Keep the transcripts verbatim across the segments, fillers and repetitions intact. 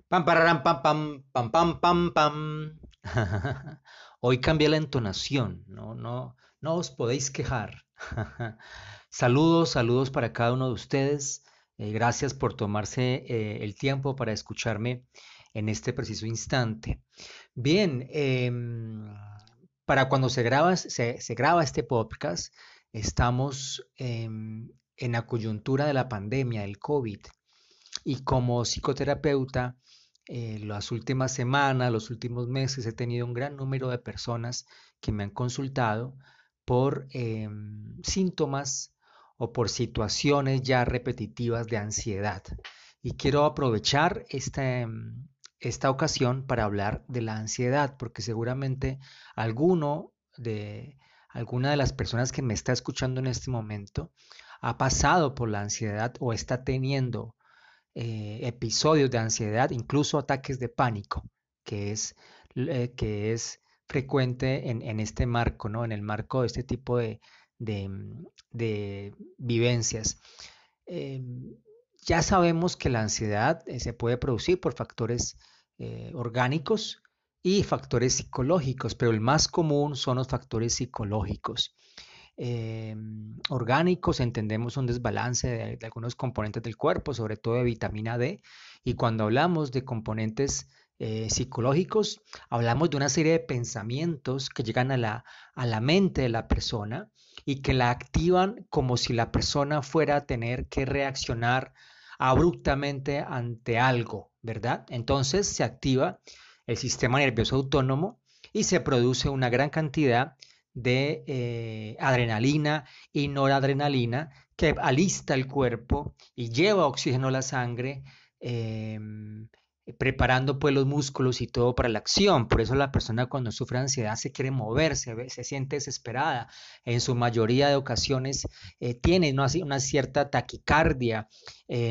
Pam, pararam, pam, pam, pam, pam, pam, pam. Hoy cambié la entonación, no, no, no os podéis quejar. Saludos, saludos para cada uno de ustedes. Eh, gracias por tomarse eh, el tiempo para escucharme en este preciso instante. Bien, em, para cuando se graba, se, se graba este podcast, estamos em, en la coyuntura de la pandemia, del COVID. Y como psicoterapeuta, eh, las últimas semanas, los últimos meses, he tenido un gran número de personas que me han consultado por eh, síntomas o por situaciones ya repetitivas de ansiedad. Y quiero aprovechar esta, em, esta ocasión para hablar de la ansiedad, porque seguramente alguno de, alguna de las personas que me está escuchando en este momento ha pasado por la ansiedad o está teniendo eh, episodios de ansiedad, incluso ataques de pánico, que es, eh, que es frecuente en, en, este marco, ¿no? En el marco de este tipo de, de, de vivencias. Eh, ya sabemos que la ansiedad eh, se puede producir por factores eh, orgánicos y factores psicológicos, pero el más común son los factores psicológicos eh, orgánicos, entendemos un desbalance de, de, algunos componentes del cuerpo, sobre todo de vitamina D, y cuando hablamos de componentes eh, psicológicos, hablamos de una serie de pensamientos que llegan a la, a la mente de la persona y que la activan como si la persona fuera a tener que reaccionar abruptamente ante algo, ¿verdad? Entonces se activa el sistema nervioso autónomo y se produce una gran cantidad de eh, adrenalina y noradrenalina que alista el cuerpo y lleva oxígeno a la sangre, eh, preparando pues los músculos y todo para la acción. Por eso la persona cuando sufre ansiedad se quiere mover, se, se siente desesperada. En su mayoría de ocasiones eh, tiene una, una, cierta taquicardia. Eh,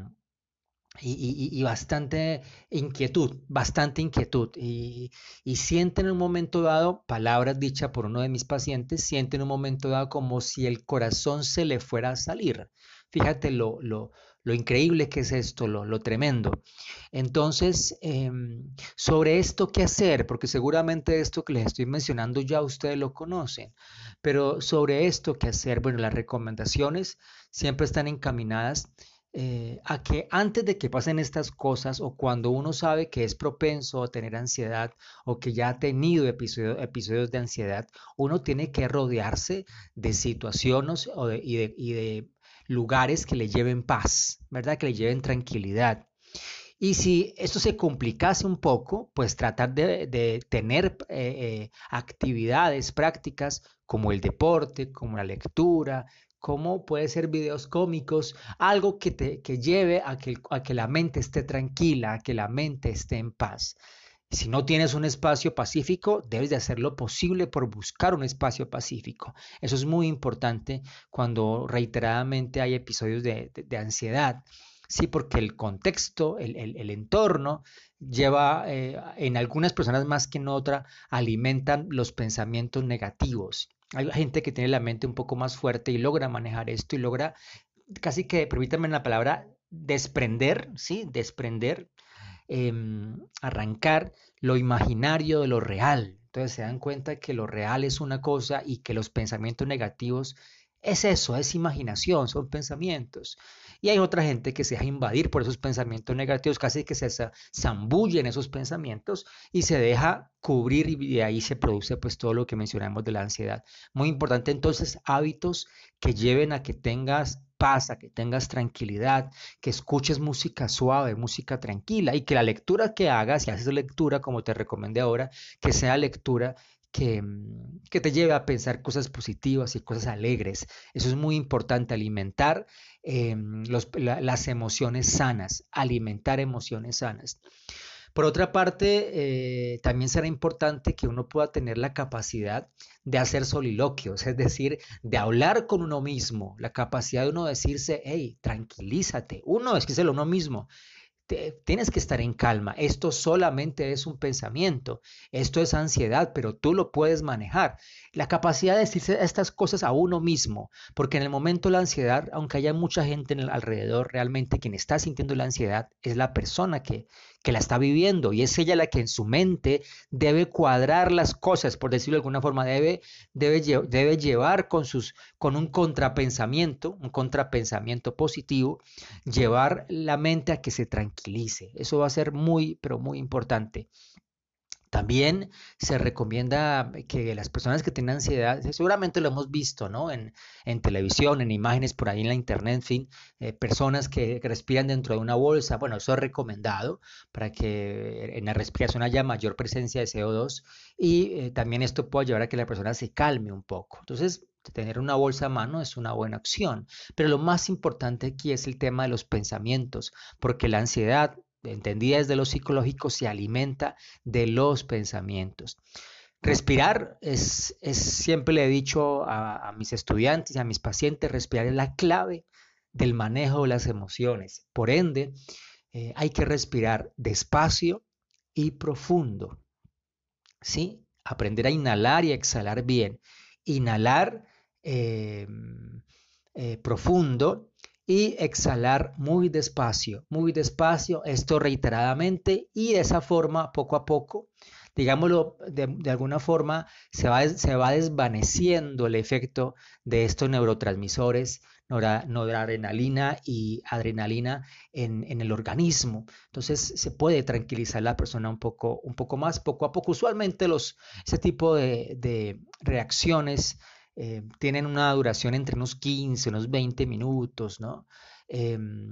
y, y, y, bastante inquietud, bastante inquietud. Y, y siente en un momento dado, palabras dichas por uno de mis pacientes, siente en un momento dado como si el corazón se le fuera a salir. Fíjate lo, lo, lo increíble que es esto, lo, lo tremendo. Entonces, eh, sobre esto, ¿qué hacer? Porque seguramente esto que les estoy mencionando ya ustedes lo conocen, pero sobre esto, ¿qué hacer? Bueno, las recomendaciones siempre están encaminadas eh, a que antes de que pasen estas cosas o cuando uno sabe que es propenso a tener ansiedad o que ya ha tenido episodio, episodios de ansiedad, uno tiene que rodearse de situaciones o de, y, de, y de lugares que le lleven paz, ¿verdad? Que le lleven tranquilidad. Y si esto se complicase un poco, pues tratar de, de tener eh, eh, actividades prácticas como el deporte, como la lectura, como puede ser videos cómicos, algo que te que lleve a que, a que la mente esté tranquila, a que la mente esté en paz. Si no tienes un espacio pacífico, debes de hacer lo posible por buscar un espacio pacífico. Eso es muy importante cuando reiteradamente hay episodios de, de, de ansiedad. Sí, porque el contexto, el, el, el entorno, lleva, eh, en algunas personas más que en otras, alimentan los pensamientos negativos. Hay gente que tiene la mente un poco más fuerte y logra manejar esto y logra casi que, permítanme la palabra, desprender, ¿sí? Desprender, eh, arrancar lo imaginario de lo real. Entonces se dan cuenta que lo real es una cosa y que los pensamientos negativos es eso, es imaginación, son pensamientos. Y hay otra gente que se deja invadir por esos pensamientos negativos, casi que se zambulle en esos pensamientos y se deja cubrir y de ahí se produce pues todo lo que mencionamos de la ansiedad. Muy importante entonces hábitos que lleven a que tengas paz, a que tengas tranquilidad, que escuches música suave, música tranquila y que la lectura que hagas, si haces lectura como te recomendé ahora, que sea lectura que, que, te lleve a pensar cosas positivas y cosas alegres. Eso es muy importante, alimentar eh, los, la, las emociones sanas, alimentar emociones sanas. Por otra parte, eh, también será importante que uno pueda tener la capacidad de hacer soliloquios, es decir, de hablar con uno mismo, la capacidad de uno decirse, hey, tranquilízate, uno decírselo a uno mismo, te, tienes que estar en calma. Esto solamente es un pensamiento, esto es ansiedad, pero tú lo puedes manejar. La capacidad de decirse estas cosas a uno mismo, porque en el momento de la ansiedad, aunque haya mucha gente en el alrededor, realmente quien está sintiendo la ansiedad es la persona que, que la está viviendo y es ella la que en su mente debe cuadrar las cosas, por decirlo de alguna forma, debe, debe, debe llevar con, sus, con un contrapensamiento, un contrapensamiento positivo, llevar la mente a que se tranquilice. Eso va a ser muy, pero muy importante. También se recomienda que las personas que tienen ansiedad, seguramente lo hemos visto, ¿no? En, en televisión, en imágenes por ahí en la internet, en fin, eh, personas que, que respiran dentro de una bolsa. Bueno, eso es recomendado para que en la respiración haya mayor presencia de C O dos y eh, también esto puede llevar a que la persona se calme un poco. Entonces, tener una bolsa a mano es una buena opción. Pero lo más importante aquí es el tema de los pensamientos, porque la ansiedad, entendida desde lo psicológico, se alimenta de los pensamientos. Respirar es, es siempre le he dicho a, a mis estudiantes y a mis pacientes, respirar es la clave del manejo de las emociones. Por ende, eh, hay que respirar despacio y profundo, ¿sí? Aprender a inhalar y a exhalar bien. Inhalar eh, eh, profundo y exhalar muy despacio, muy despacio, esto reiteradamente y de esa forma, poco a poco, digámoslo de, de alguna forma, se va, se va desvaneciendo el efecto de estos neurotransmisores, nora, noradrenalina y adrenalina en, en, el organismo. Entonces se puede tranquilizar la persona un poco, un poco más, poco a poco. Usualmente los, ese tipo de, de reacciones eh, tienen una duración entre unos quince, unos veinte minutos, ¿no? Eh,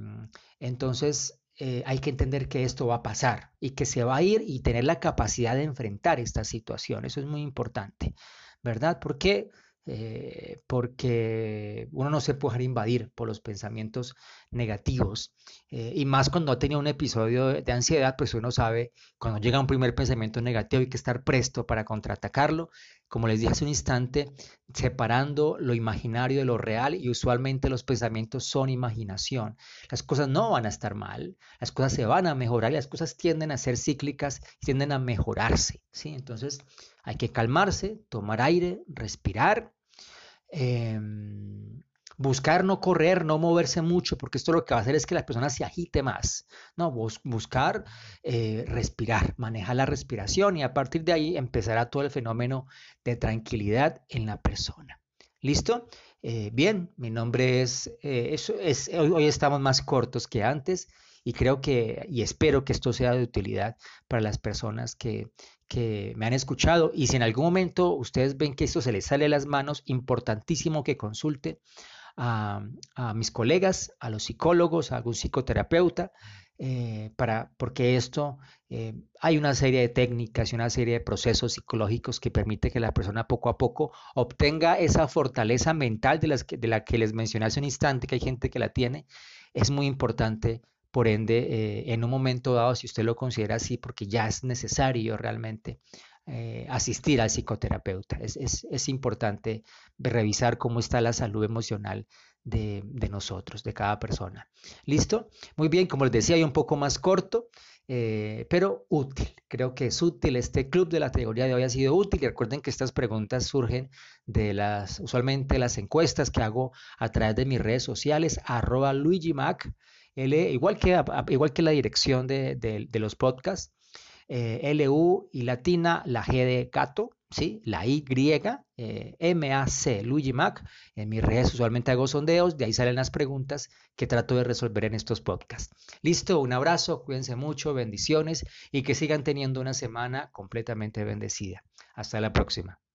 entonces eh, hay que entender que esto va a pasar y que se va a ir y tener la capacidad de enfrentar esta situación. Eso es muy importante, ¿verdad? Porque eh, porque uno no se puede dejar invadir por los pensamientos negativos eh, y más cuando ha tenido un episodio de, de ansiedad, pues uno sabe cuando llega un primer pensamiento negativo hay que estar presto para contraatacarlo, como les dije hace un instante, separando lo imaginario de lo real y usualmente los pensamientos son imaginación. Las cosas no van a estar mal, las cosas se van a mejorar y las cosas tienden a ser cíclicas y tienden a mejorarse, ¿sí? Entonces hay que calmarse, tomar aire, respirar. Eh, buscar no correr, no moverse mucho, porque esto lo que va a hacer es que la persona se agite más. No, bus buscar eh, respirar, manejar la respiración y a partir de ahí empezará todo el fenómeno de tranquilidad en la persona. ¿Listo? Eh, bien, mi nombre es, eh, eso es hoy, hoy estamos más cortos que antes y creo que y espero que esto sea de utilidad para las personas que, que me han escuchado y si en algún momento ustedes ven que esto se les sale de las manos, importantísimo que consulte a, a mis colegas, a los psicólogos, a algún psicoterapeuta, eh, para, porque esto eh, hay una serie de técnicas y una serie de procesos psicológicos que permite que la persona poco a poco obtenga esa fortaleza mental de, las que, de la que les mencioné hace un instante, que hay gente que la tiene, es muy importante. Por ende, eh, en un momento dado, si usted lo considera así, porque ya es necesario realmente eh, asistir al psicoterapeuta. Es, es, es, importante revisar cómo está la salud emocional de, de, nosotros, de cada persona. ¿Listo? Muy bien, como les decía, hay un poco más corto, eh, pero útil. Creo que es útil. Este club de la categoría de hoy ha sido útil. Y recuerden que estas preguntas surgen de las, usualmente las encuestas que hago a través de mis redes sociales, arroba Luigi Mac, L, igual, que, igual que la dirección de, de, de los podcasts. Eh, L U y latina, la G de gato, ¿sí? La Y, eh, M A C, Luigi Mac. En mis redes usualmente hago sondeos, de ahí salen las preguntas que trato de resolver en estos podcasts. Listo, un abrazo, cuídense mucho, bendiciones y que sigan teniendo una semana completamente bendecida. Hasta la próxima.